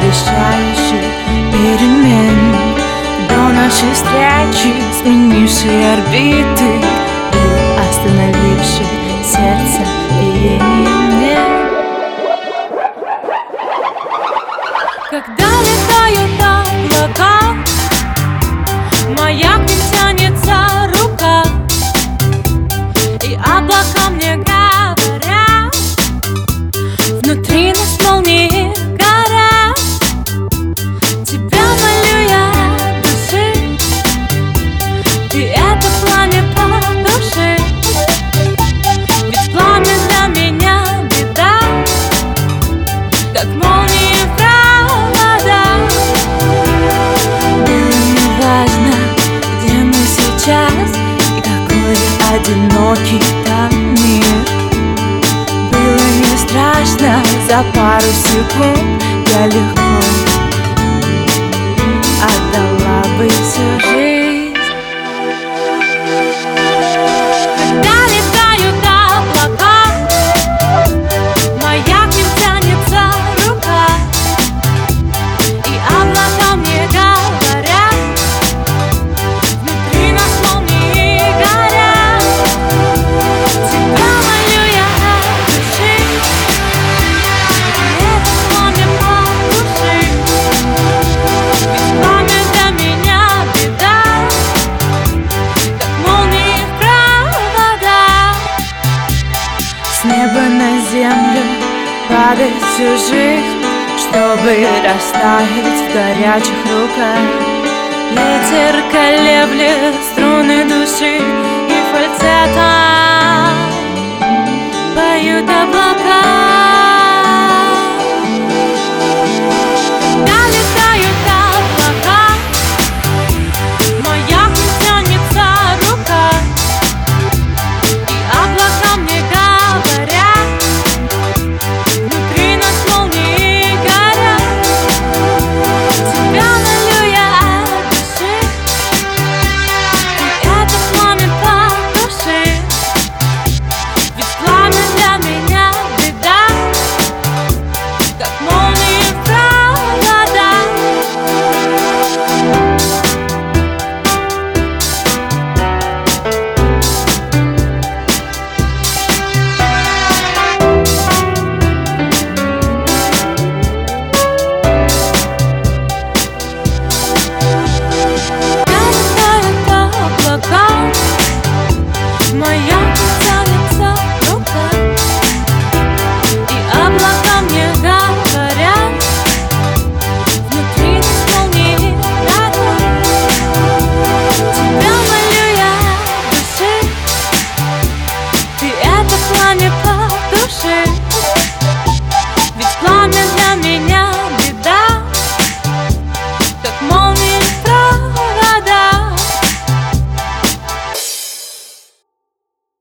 предвещающий перемен. До нашей встречи сменивший орбиты и остановивший сердце биение. Когда летают облака, моя к ним тянется рука, и облака мне говорят: внутри нас молнии горят. Тебя молю я от души, ты это пламя потуши, ведь пламя для меня беда, как молнии в провода. Было неважно, где мы сейчас и какой одинокий там мир. Было не страшно, за пару секунд я легко отдала бы всю жизнь. Когда летают облака, моя к ним тянется рука, и облака мне говорят: внутри нас молнии горят. Тебя молю я от души, это пламя потуши, ведь пламя для меня беда, как молнии в провода. С неба на землю падает всю жизнь, чтобы растаять в горячих руках. Ветер колеблет струны души, и фальцетом